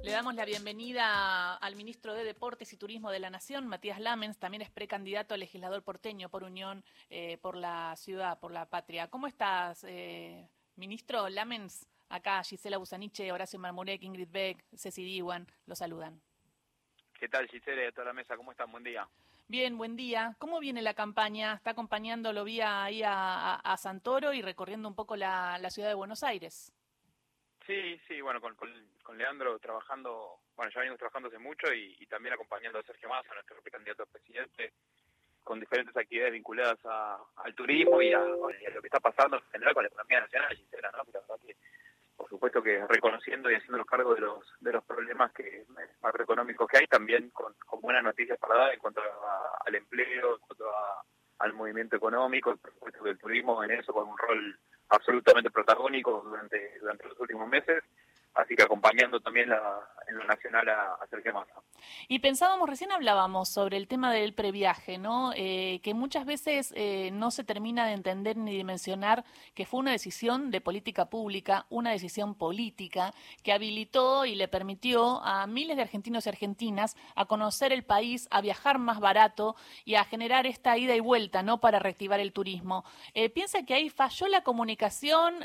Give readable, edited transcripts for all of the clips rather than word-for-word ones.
Le damos la bienvenida al ministro de Deportes y Turismo de la Nación, Matías Lamens, también es precandidato a legislador porteño por Unión, por la Ciudad, por la Patria. ¿Cómo estás, ministro Lamens? Acá Gisela Busaniche, Horacio Marmurek, Ingrid Beck, Ceci Diwan, lo saludan. ¿Qué tal, Gisela, de toda la mesa? ¿Cómo están? Buen día. Bien, buen día. ¿Cómo viene la campaña? Está acompañando, lo vi ahí a Santoro y recorriendo un poco la ciudad de Buenos Aires. Sí, bueno, con Leandro trabajando, bueno, ya venimos trabajando hace mucho y también acompañando a Sergio Massa, nuestro precandidato a presidente, con diferentes actividades vinculadas al turismo y a lo que está pasando en general con la economía nacional, Gisela, ¿no? Pero la verdad que, por supuesto que reconociendo y haciéndonos cargo de los problemas macroeconómicos que hay, también con buenas noticias para dar en cuanto al empleo, en cuanto al movimiento económico, por supuesto que el turismo en eso con un rol absolutamente protagónico durante los últimos meses, así que acompañando también en lo nacional a Sergio Massa. Y pensábamos, recién hablábamos sobre el tema del previaje, ¿no? Que muchas veces no se termina de entender ni dimensionar que fue una decisión de política pública, una decisión política que habilitó y le permitió a miles de argentinos y argentinas a conocer el país, a viajar más barato y a generar esta ida y vuelta, ¿no? Para reactivar el turismo. ¿Piensa que ahí falló la comunicación?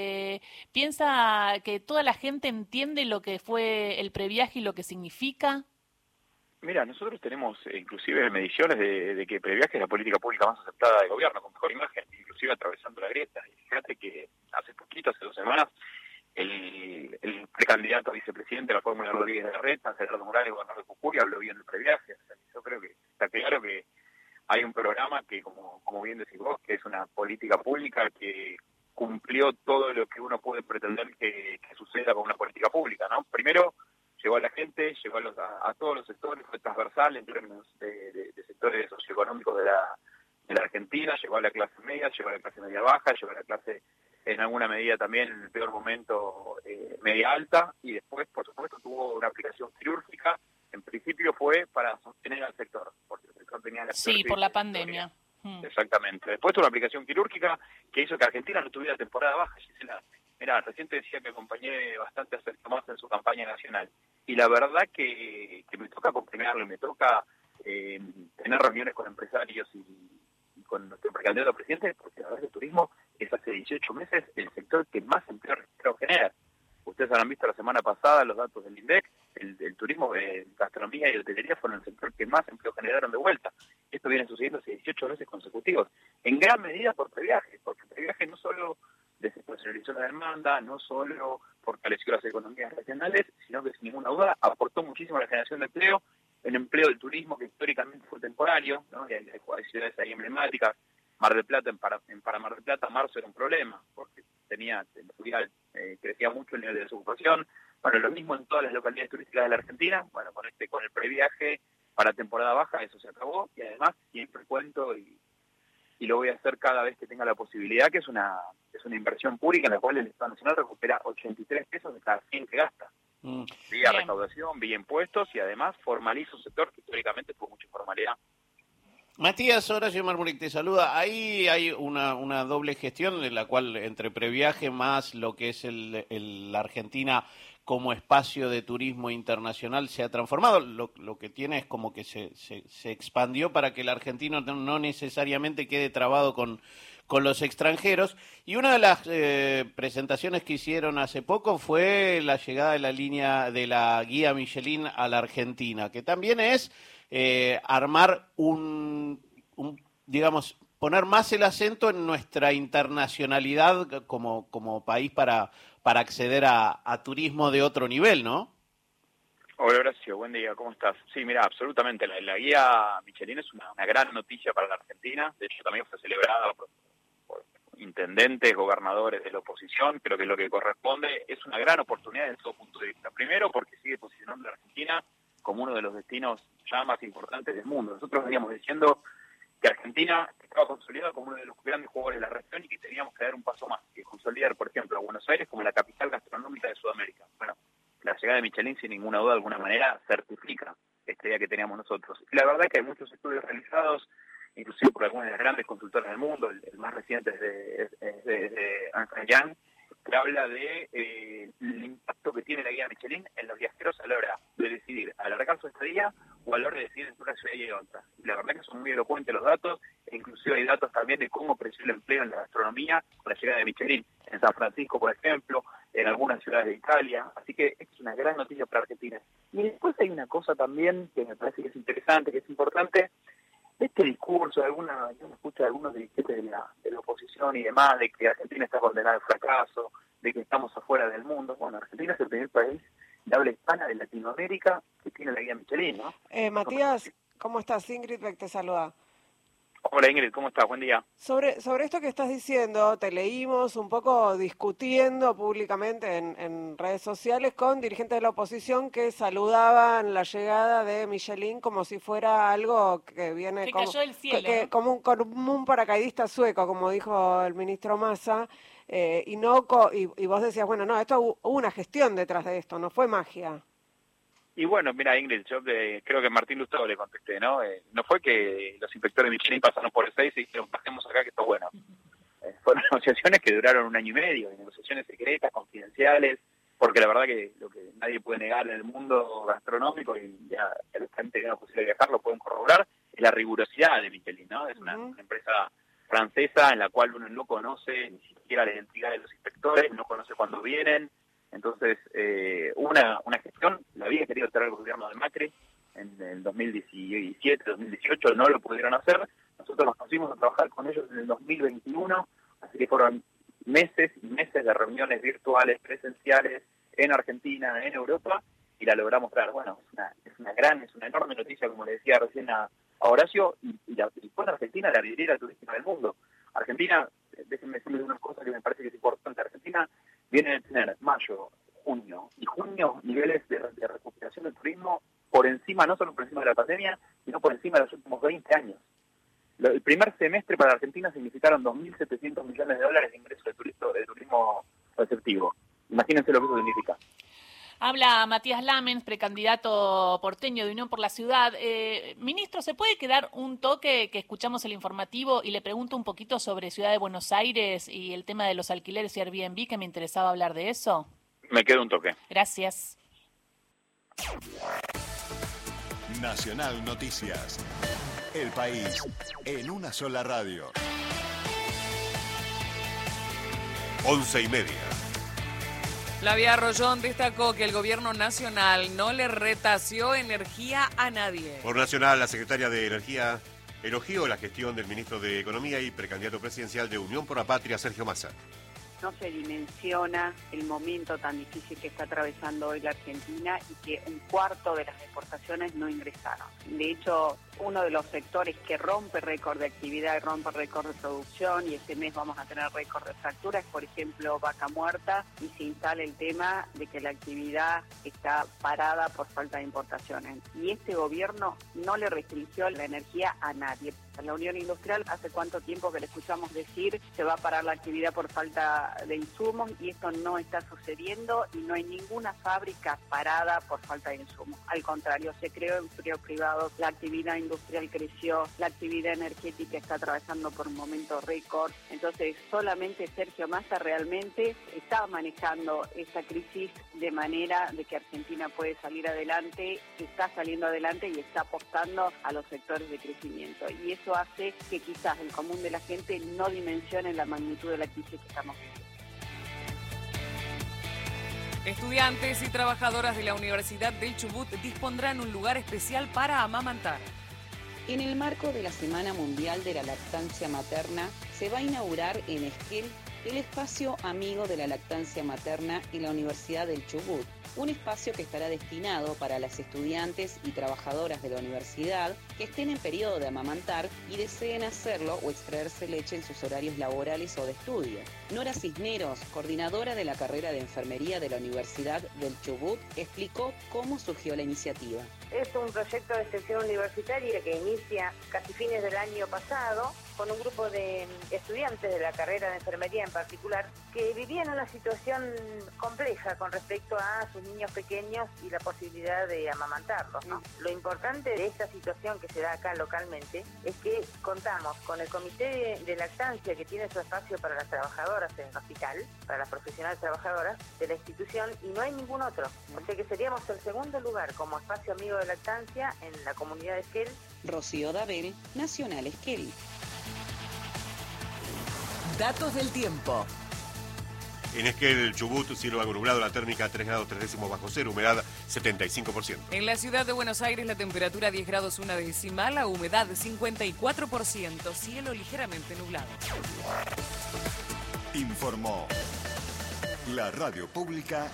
¿Piensa que toda la gente entiende lo que fue el previaje y lo que significa? Mira, nosotros tenemos inclusive mediciones de que Previaje es la política pública más aceptada del gobierno, con mejor imagen, inclusive atravesando la grieta. Y fíjate que hace 2 semanas, el precandidato a vicepresidente de la Fórmula Rodríguez de la Reta, Gerardo Morales, gobernador de Jujuy, habló bien del Previaje. O sea, yo creo que está claro que hay un programa que, como bien decís vos, que es una política pública que cumplió todo lo que uno puede pretender que suceda con una política pública, ¿no? Primero, llegó a la gente, llegó a todos los sectores, fue transversal en términos de sectores socioeconómicos de la Argentina, llegó a la clase media, llegó a la clase media baja, llegó a la clase, en alguna medida también, en el peor momento, media alta, y después, por supuesto, tuvo una aplicación quirúrgica. En principio fue para sostener al sector, porque el sector tenía la Sí, por la pandemia. Exactamente. Después tuvo una aplicación quirúrgica que hizo que Argentina no tuviera temporada baja, Gisela. Mirá, recién te decía que acompañé bastante a Sergio Massa en su campaña nacional. Y la verdad que me toca acompañarlo, me toca tener reuniones con empresarios y con nuestro precandidato a presidente, porque la verdad que el turismo es hace 18 meses el sector que más empleo genera. Ustedes habrán visto la semana pasada los datos del INDEC, el turismo, gastronomía y hotelería fueron el sector que más empleo generaron de vuelta. Esto viene sucediendo hace 18 meses consecutivos, en gran medida por Previaje, porque Previaje no solo desestacionalizó la demanda, no solo fortaleció las economías regionales, sino que sin ninguna duda aportó muchísimo a la generación de empleo, el empleo del turismo que históricamente fue temporario, ¿no? Y hay ciudades ahí emblemáticas. Mar del Plata, para Mar del Plata, marzo era un problema, porque crecía mucho el nivel de desocupación. Bueno, lo mismo en todas las localidades turísticas de la Argentina. Bueno, con el previaje para temporada baja eso se acabó, y además siempre cuento y lo voy a hacer cada vez que tenga la posibilidad, que es una inversión pública en la cual el Estado Nacional recupera 83 pesos de cada 100 que gasta. Vía recaudación, vía impuestos, y además formaliza un sector que históricamente tuvo mucha informalidad. Matías, Horacio Marmurek te saluda. Ahí hay una doble gestión en la cual entre Previaje más lo que es la Argentina como espacio de turismo internacional se ha transformado. Lo que tiene es como que se expandió para que el argentino no necesariamente quede trabado con los extranjeros. Y una de las presentaciones que hicieron hace poco fue la llegada de la línea de la guía Michelin a la Argentina, que también es armar digamos, poner más el acento en nuestra internacionalidad como país para acceder a turismo de otro nivel, ¿no? Hola Horacio, buen día, ¿cómo estás? Sí, mira, absolutamente, la guía Michelin es una gran noticia para la Argentina. De hecho también fue celebrada por intendentes, gobernadores de la oposición. Creo que lo que corresponde es una gran oportunidad desde todo punto de vista. Primero porque sigue posicionando a la Argentina como uno de los destinos ya más importantes del mundo. Nosotros veníamos diciendo que Argentina estaba consolidada como uno de los grandes jugadores de la región y que teníamos que dar un paso más, que consolidar, por ejemplo, a Buenos Aires como la capital gastronómica de Sudamérica. Bueno, la llegada de Michelin, sin ninguna duda, de alguna manera, certifica esta idea que teníamos nosotros. Y la verdad es que hay muchos estudios realizados, inclusive por algunas de las grandes consultoras del mundo, el más reciente es de Ernst & Young, que habla de el impacto efecto que tiene la guía Michelin en los viajeros a la hora de decidir alargar su estadía o a la hora de decidir entre una ciudad y otra. Y la verdad que son muy elocuentes los datos, e inclusive hay datos también de cómo creció el empleo en la gastronomía con la llegada de Michelin, en San Francisco, por ejemplo, en algunas ciudades de Italia. Así que es una gran noticia para Argentina. Y después hay una cosa también que me parece que es interesante, que es importante. Este discurso, yo me escucho de algunos dirigentes de la oposición y demás, de que Argentina está condenada al fracaso, de que estamos afuera del mundo. Bueno, Argentina es el primer país de habla hispana de Latinoamérica que tiene la guía Michelin, ¿no? Matías, ¿cómo estás? Ingrid Beck te saluda. Hola Ingrid, ¿cómo estás? Buen día. Sobre esto que estás diciendo, te leímos un poco discutiendo públicamente en redes sociales con dirigentes de la oposición que saludaban la llegada de Michelin como si fuera algo que viene que cayó del cielo, ¿no? como un paracaidista sueco, como dijo el ministro Massa, y vos decías, bueno, no, hubo una gestión detrás de esto, no fue magia. Y bueno, mira Ingrid, yo creo que Martín Lustó le contesté, ¿no? No fue que los inspectores de Michelin pasaron por el 6 y dijeron, pasemos acá que esto es bueno. Fueron negociaciones que duraron 1 año y medio, negociaciones secretas, confidenciales, porque la verdad que lo que nadie puede negar en el mundo gastronómico, y ya los que han tenido la posibilidad de viajar lo pueden corroborar, es la rigurosidad de Michelin, ¿no? Es una empresa francesa en la cual uno no conoce ni siquiera la identidad de los inspectores, no conoce cuándo vienen. Entonces, una gestión la había querido hacer el gobierno de Macri en el 2017, 2018, no lo pudieron hacer. Nosotros nos pusimos a trabajar con ellos en el 2021, así que fueron meses y meses de reuniones virtuales, presenciales, en Argentina, en Europa, y la logramos traer. Bueno, es una enorme noticia, como le decía recién a Horacio, y fue en Argentina la vidriera turística del mundo. Argentina, déjenme decirles unas cosas que me parece que es importante. Argentina viene a tener mayo, junio y junio niveles de recuperación del turismo por encima, no solo por encima de la pandemia, sino por encima de los últimos 20 años. El primer semestre para Argentina significaron 2.700 millones de dólares de ingresos de turismo receptivo. Imagínense lo que eso significa. Habla Matías Lamens, precandidato porteño de Unión por la Ciudad. Ministro, ¿se puede quedar un toque que escuchamos el informativo y le pregunto un poquito sobre Ciudad de Buenos Aires y el tema de los alquileres y Airbnb, que me interesaba hablar de eso? Me quedo un toque. Gracias. Nacional Noticias. El país en una sola radio. 11:30. Flavia Arroyón destacó que el gobierno nacional no le retació energía a nadie. Por Nacional, la secretaria de Energía elogió la gestión del ministro de Economía y precandidato presidencial de Unión por la Patria, Sergio Massa. No se dimensiona el momento tan difícil que está atravesando hoy la Argentina y que 1/4 de las exportaciones no ingresaron. De hecho, uno de los sectores que rompe récord de actividad y rompe récord de producción, y este mes vamos a tener récord de fracturas, por ejemplo, Vaca Muerta, y se instala el tema de que la actividad está parada por falta de importaciones. Y este gobierno no le restringió la energía a nadie. A la Unión Industrial, ¿hace cuánto tiempo que le escuchamos decir se va a parar la actividad por falta de insumos? Y esto no está sucediendo y no hay ninguna fábrica parada por falta de insumos. Al contrario, se creó empleo privado, la actividad industrial creció, la actividad energética está atravesando por un momento récord. Entonces, solamente Sergio Massa realmente está manejando esta crisis de manera de que Argentina puede salir adelante, está saliendo adelante y está apostando a los sectores de crecimiento. Y eso hace que quizás el común de la gente no dimensione la magnitud de la crisis que estamos viviendo. Estudiantes y trabajadoras de la Universidad del Chubut dispondrán un lugar especial para amamantar. En el marco de la Semana Mundial de la Lactancia Materna, se va a inaugurar en Esquel el espacio amigo de la lactancia materna en la Universidad del Chubut. Un espacio que estará destinado para las estudiantes y trabajadoras de la universidad que estén en periodo de amamantar y deseen hacerlo o extraerse leche en sus horarios laborales o de estudio. Nora Cisneros, coordinadora de la carrera de enfermería de la Universidad del Chubut, explicó cómo surgió la iniciativa. Es un proyecto de extensión universitaria que inicia casi fines del año pasado con un grupo de estudiantes de la carrera de enfermería en particular, que vivían una situación compleja con respecto a sus niños pequeños y la posibilidad de amamantarlos, ¿no? Lo importante de esta situación que se da acá localmente es que contamos con el comité de lactancia, que tiene su espacio para las trabajadoras en el hospital, para las profesionales trabajadoras de la institución, y no hay ningún otro. O sea que seríamos el segundo lugar como espacio amigo de lactancia en la comunidad de Esquel. Rocío Dabel, Nacional Esquel. Datos del tiempo. En Esquel, Chubut, cielo algo nublado, la térmica 3 grados 3 décimos bajo cero, humedad 75%. En la ciudad de Buenos Aires la temperatura 10 grados 1 décima, la humedad 54%, cielo ligeramente nublado. Informó la radio pública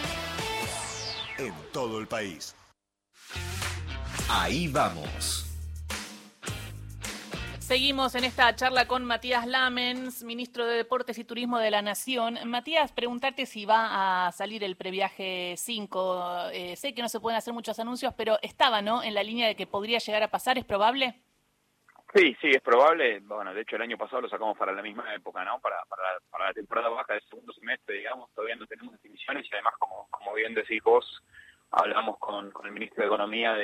en todo el país. Ahí vamos. Seguimos en esta charla con Matías Lamens, ministro de Deportes y Turismo de la Nación. Matías, preguntarte si va a salir el previaje 5. Sé que no se pueden hacer muchos anuncios, pero estaba, ¿no?, en la línea de que podría llegar a pasar. ¿Es probable? Sí, es probable. Bueno, de hecho el año pasado lo sacamos para la misma época, ¿no? Para la temporada baja del segundo semestre, digamos. Todavía no tenemos definiciones y además, como bien decís vos, hablamos con el ministro de Economía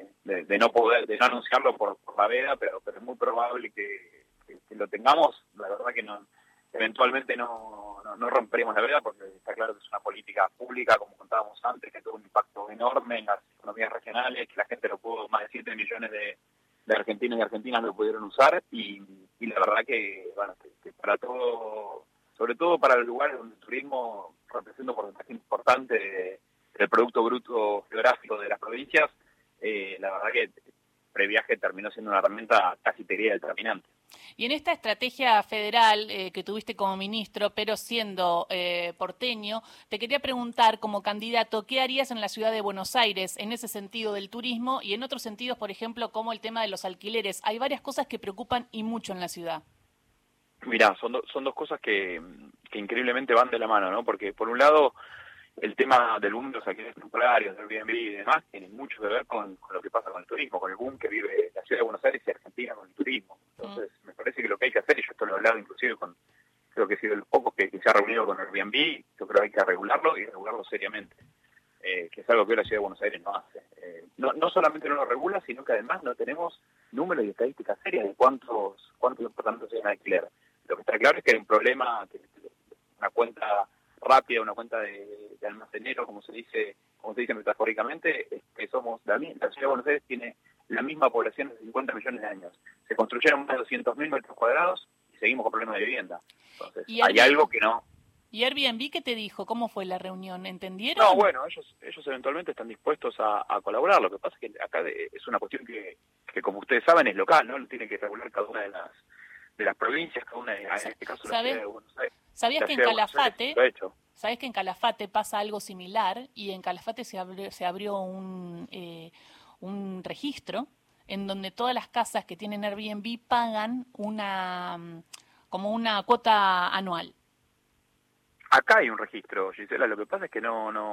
de no anunciarlo por la veda, pero es muy probable que lo tengamos. La verdad que eventualmente no romperemos la veda, porque está claro que es una política pública, como contábamos antes, que tuvo un impacto enorme en las economías regionales, que la gente lo pudo, más de 7 millones de argentinos y argentinas lo pudieron usar, y la verdad que para todo, sobre todo para los lugares donde el turismo representa un porcentaje importante del Producto Bruto Geográfico de las provincias, la verdad que Previaje terminó siendo una herramienta casi te diría determinante. Y en esta estrategia federal que tuviste como ministro, pero siendo porteño, te quería preguntar como candidato, ¿qué harías en la ciudad de Buenos Aires en ese sentido del turismo y en otros sentidos, por ejemplo, como el tema de los alquileres? Hay varias cosas que preocupan y mucho en la ciudad. Mirá, son dos cosas que increíblemente van de la mano, ¿no? Porque por un lado, el tema del boom de los alquileres temporarios, del Airbnb y demás, tiene mucho que ver con lo que pasa con el turismo, con el boom que vive la ciudad de Buenos Aires y Argentina con el turismo. Entonces, me parece que lo que hay que hacer, y yo esto lo he hablado inclusive creo que he sido de los pocos que se ha reunido con Airbnb, yo creo que hay que regularlo y regularlo seriamente, que es algo que hoy la ciudad de Buenos Aires no hace. No solamente no lo regula, sino que además no tenemos números y estadísticas serias de cuántos departamentos se van a alquiler. Lo que está claro es que hay un problema, una cuenta rápida, una cuenta de almacenero, como se dice metafóricamente, es que somos la ciudad de Buenos Aires tiene la misma población de 50 millones de años. Se construyeron más de 200.000 metros cuadrados y seguimos con problemas de vivienda. Entonces, hay algo que no. ¿Y Airbnb qué te dijo? ¿Cómo fue la reunión? ¿Entendieron? No, bueno, ellos eventualmente están dispuestos a colaborar. Lo que pasa es que acá es una cuestión que como ustedes saben es local, ¿no? Lo tiene que regular cada una de las provincias, cada una en este caso la ciudad de Buenos Aires. ¿Sabías que en Calafate pasa algo similar? Y en Calafate se abrió un registro en donde todas las casas que tienen Airbnb pagan como una cuota anual. Acá hay un registro, Gisela, lo que pasa es que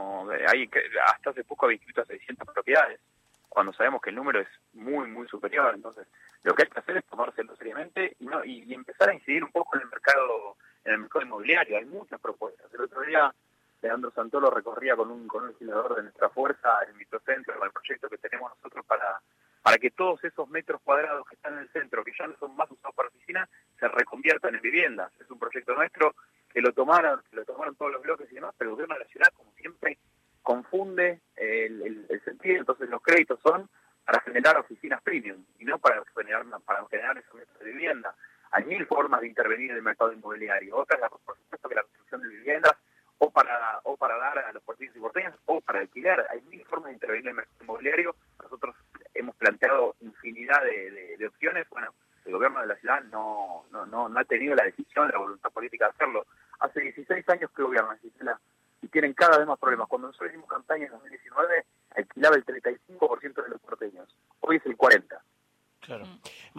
hasta hace poco había inscrito a 600 propiedades, cuando sabemos que el número es muy, muy superior. Entonces, lo que hay que hacer es tomárselo seriamente y empezar a incidir un poco en el mercado inmobiliario. Hay muchas propuestas. El otro día, Leandro Santoro recorría con un legislador de nuestra fuerza el microcentro, el proyecto que tenemos nosotros para que todos esos metros cuadrados que están en el centro, que ya no son más usados para oficinas, se reconviertan en viviendas. Es un proyecto nuestro que lo tomaron todos los bloques y demás, pero el gobierno de la ciudad, como siempre, confunde el sentido. Entonces los créditos son para generar oficinas premium y no para generar esos metros de vivienda. Hay 1000 formas de intervenir en el mercado inmobiliario. Otra es, por supuesto, que la construcción de viviendas o para dar a los porteños y porteñas o para alquilar. Hay 1000 formas de intervenir en el mercado inmobiliario. Nosotros hemos planteado infinidad de opciones. Bueno, el gobierno de la ciudad no ha tenido la decisión, la voluntad política de hacerlo. Hace 16 años que gobiernan, Gisela, y tienen cada vez más problemas. Cuando nosotros hicimos campaña en 2019, alquilaba el 35% de los porteños. Hoy es el 40%. Claro.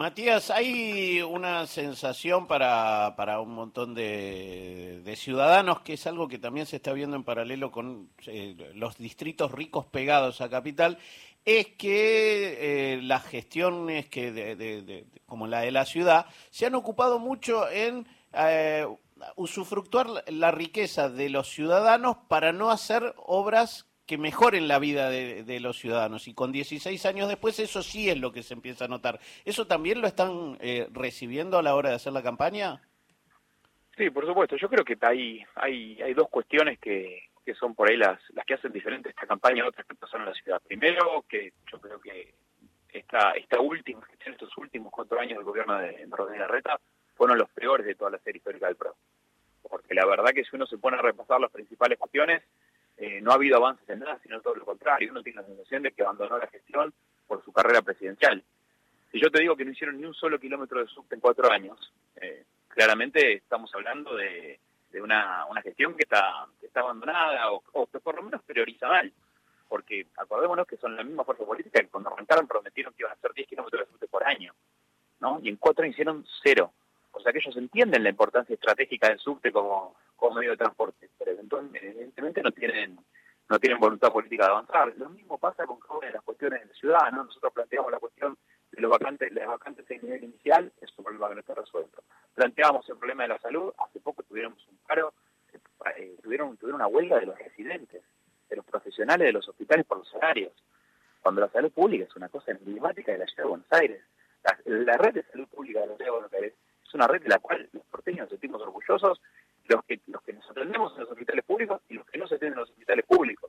Matías, hay una sensación para un montón de ciudadanos, que es algo que también se está viendo en paralelo con los distritos ricos pegados a Capital, es que las gestiones como la de la ciudad se han ocupado mucho en usufructuar la riqueza de los ciudadanos para no hacer obras que mejoren la vida de los ciudadanos. Y con 16 años después eso sí es lo que se empieza a notar. ¿Eso también lo están recibiendo a la hora de hacer la campaña? Sí, por supuesto. Yo creo que hay dos cuestiones que son por ahí las que hacen diferente esta campaña a otras que pasaron en la ciudad. Primero, que yo creo que esta última gestión, estos últimos 4 años del gobierno de Rodríguez Larreta fueron los peores de toda la serie histórica del PRO. Porque la verdad que si uno se pone a repasar las principales cuestiones, no ha habido avances en nada, sino todo lo contrario. Uno tiene la sensación de que abandonó la gestión por su carrera presidencial. Si yo te digo que no hicieron ni un solo kilómetro de subte en 4 años, claramente estamos hablando de una gestión que está abandonada o que por lo menos prioriza mal. Porque acordémonos que son la misma fuerza política que cuando arrancaron prometieron que iban a hacer 10 kilómetros de subte por año, ¿no? Y en 4 años hicieron 0. O sea que ellos entienden la importancia estratégica del subte como medio de transporte, pero evidentemente no tienen voluntad política de avanzar. Lo mismo pasa con cada una de las cuestiones de la ciudad, ¿no? Nosotros planteamos la cuestión de las vacantes en nivel inicial, es un problema que no está resuelto. Planteábamos el problema de la salud, hace poco tuvimos un paro, tuvieron una huelga de los residentes, de los profesionales de los hospitales por los salarios, cuando la salud pública es una cosa emblemática de la ciudad de Buenos Aires. La red de salud pública de la ciudad de Buenos Aires es una red de la cual los porteños nos sentimos orgullosos, los que nos atendemos en los hospitales públicos y los que no se atienden en los hospitales públicos.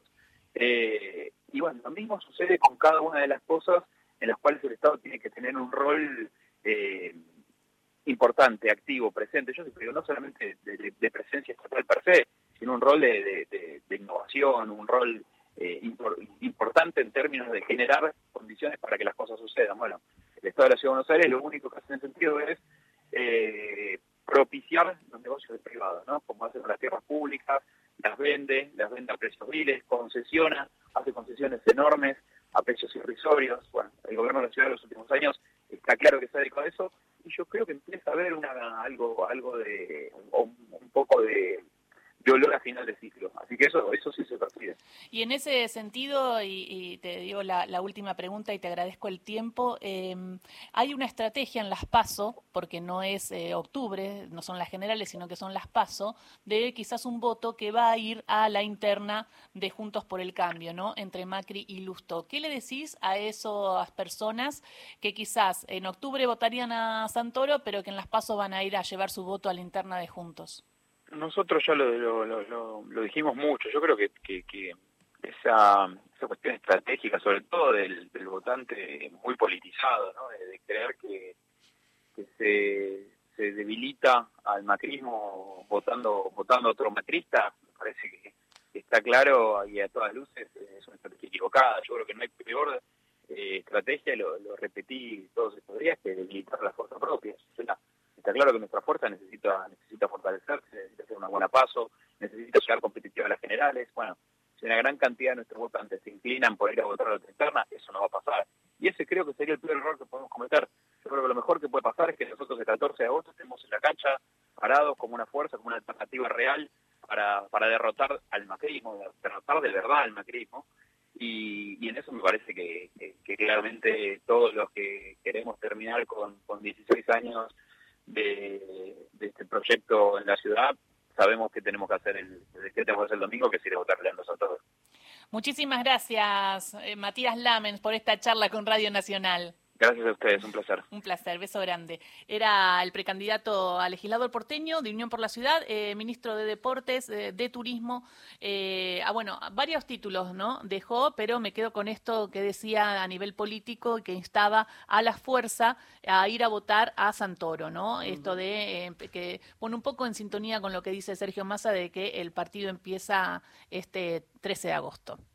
Y bueno, lo mismo sucede con cada una de las cosas en las cuales el Estado tiene que tener un rol importante, activo, presente. Yo digo, no solamente de presencia estatal per se, sino un rol de innovación, un rol importante en términos de generar condiciones para que las cosas sucedan. Bueno, el Estado de la Ciudad de Buenos Aires lo único que hace en ese sentido es propiciar los negocios privados, ¿no? Como hace con las tierras públicas, las vende a precios viles, concesiona, hace concesiones enormes a precios irrisorios. Bueno, el gobierno de la ciudad de los últimos años está claro que se dedicó a eso, y yo creo que empieza a haber algo de un poco de olor a final de ciclo. Así que eso sí se percibe. Y en ese sentido, y te digo la última pregunta y te agradezco el tiempo, hay una estrategia en las PASO, porque no es octubre, no son las generales, sino que son las PASO, de quizás un voto que va a ir a la interna de Juntos por el Cambio, ¿no? Entre Macri y Lustó. ¿Qué le decís a esas personas que quizás en octubre votarían a Santoro, pero que en las PASO van a ir a llevar su voto a la interna de Juntos? Nosotros ya lo dijimos mucho. Yo creo que esa cuestión estratégica, sobre todo del votante muy politizado, ¿no? De creer que se debilita al macrismo votando a otro macrista, me parece que está claro y a todas luces es una estrategia equivocada. Yo creo que no hay peor estrategia, lo repetí todos estos días, que debilitar la fuerza propia. Está claro que nuestra fuerza necesita fortalecerse, necesita hacer una buena paso, necesita llegar competitiva a las generales. Bueno, si una gran cantidad de nuestros votantes se inclinan por ir a votar a la otra interna, eso no va a pasar. Y ese creo que sería el peor error que podemos cometer. Yo creo que lo mejor que puede pasar es que nosotros el 14 de agosto estemos en la cancha parados como una fuerza, como una alternativa real para derrotar al macrismo, derrotar de verdad al macrismo. Y en eso me parece que claramente todos los que queremos terminar con 16 años de este proyecto en la ciudad, sabemos que tenemos que hacer el domingo, que es ir a votar Leandro Santoro. Muchísimas gracias, Matías Lamens, por esta charla con Radio Nacional. Gracias a ustedes, un placer. Un placer, beso grande. Era el precandidato a legislador porteño de Unión por la Ciudad, ministro de Deportes, de Turismo. Bueno, varios títulos, ¿no? Dejó, pero me quedo con esto que decía a nivel político, que instaba a la fuerza a ir a votar a Santoro, ¿no? Esto de que pone un poco en sintonía con lo que dice Sergio Massa de que el partido empieza este 13 de agosto.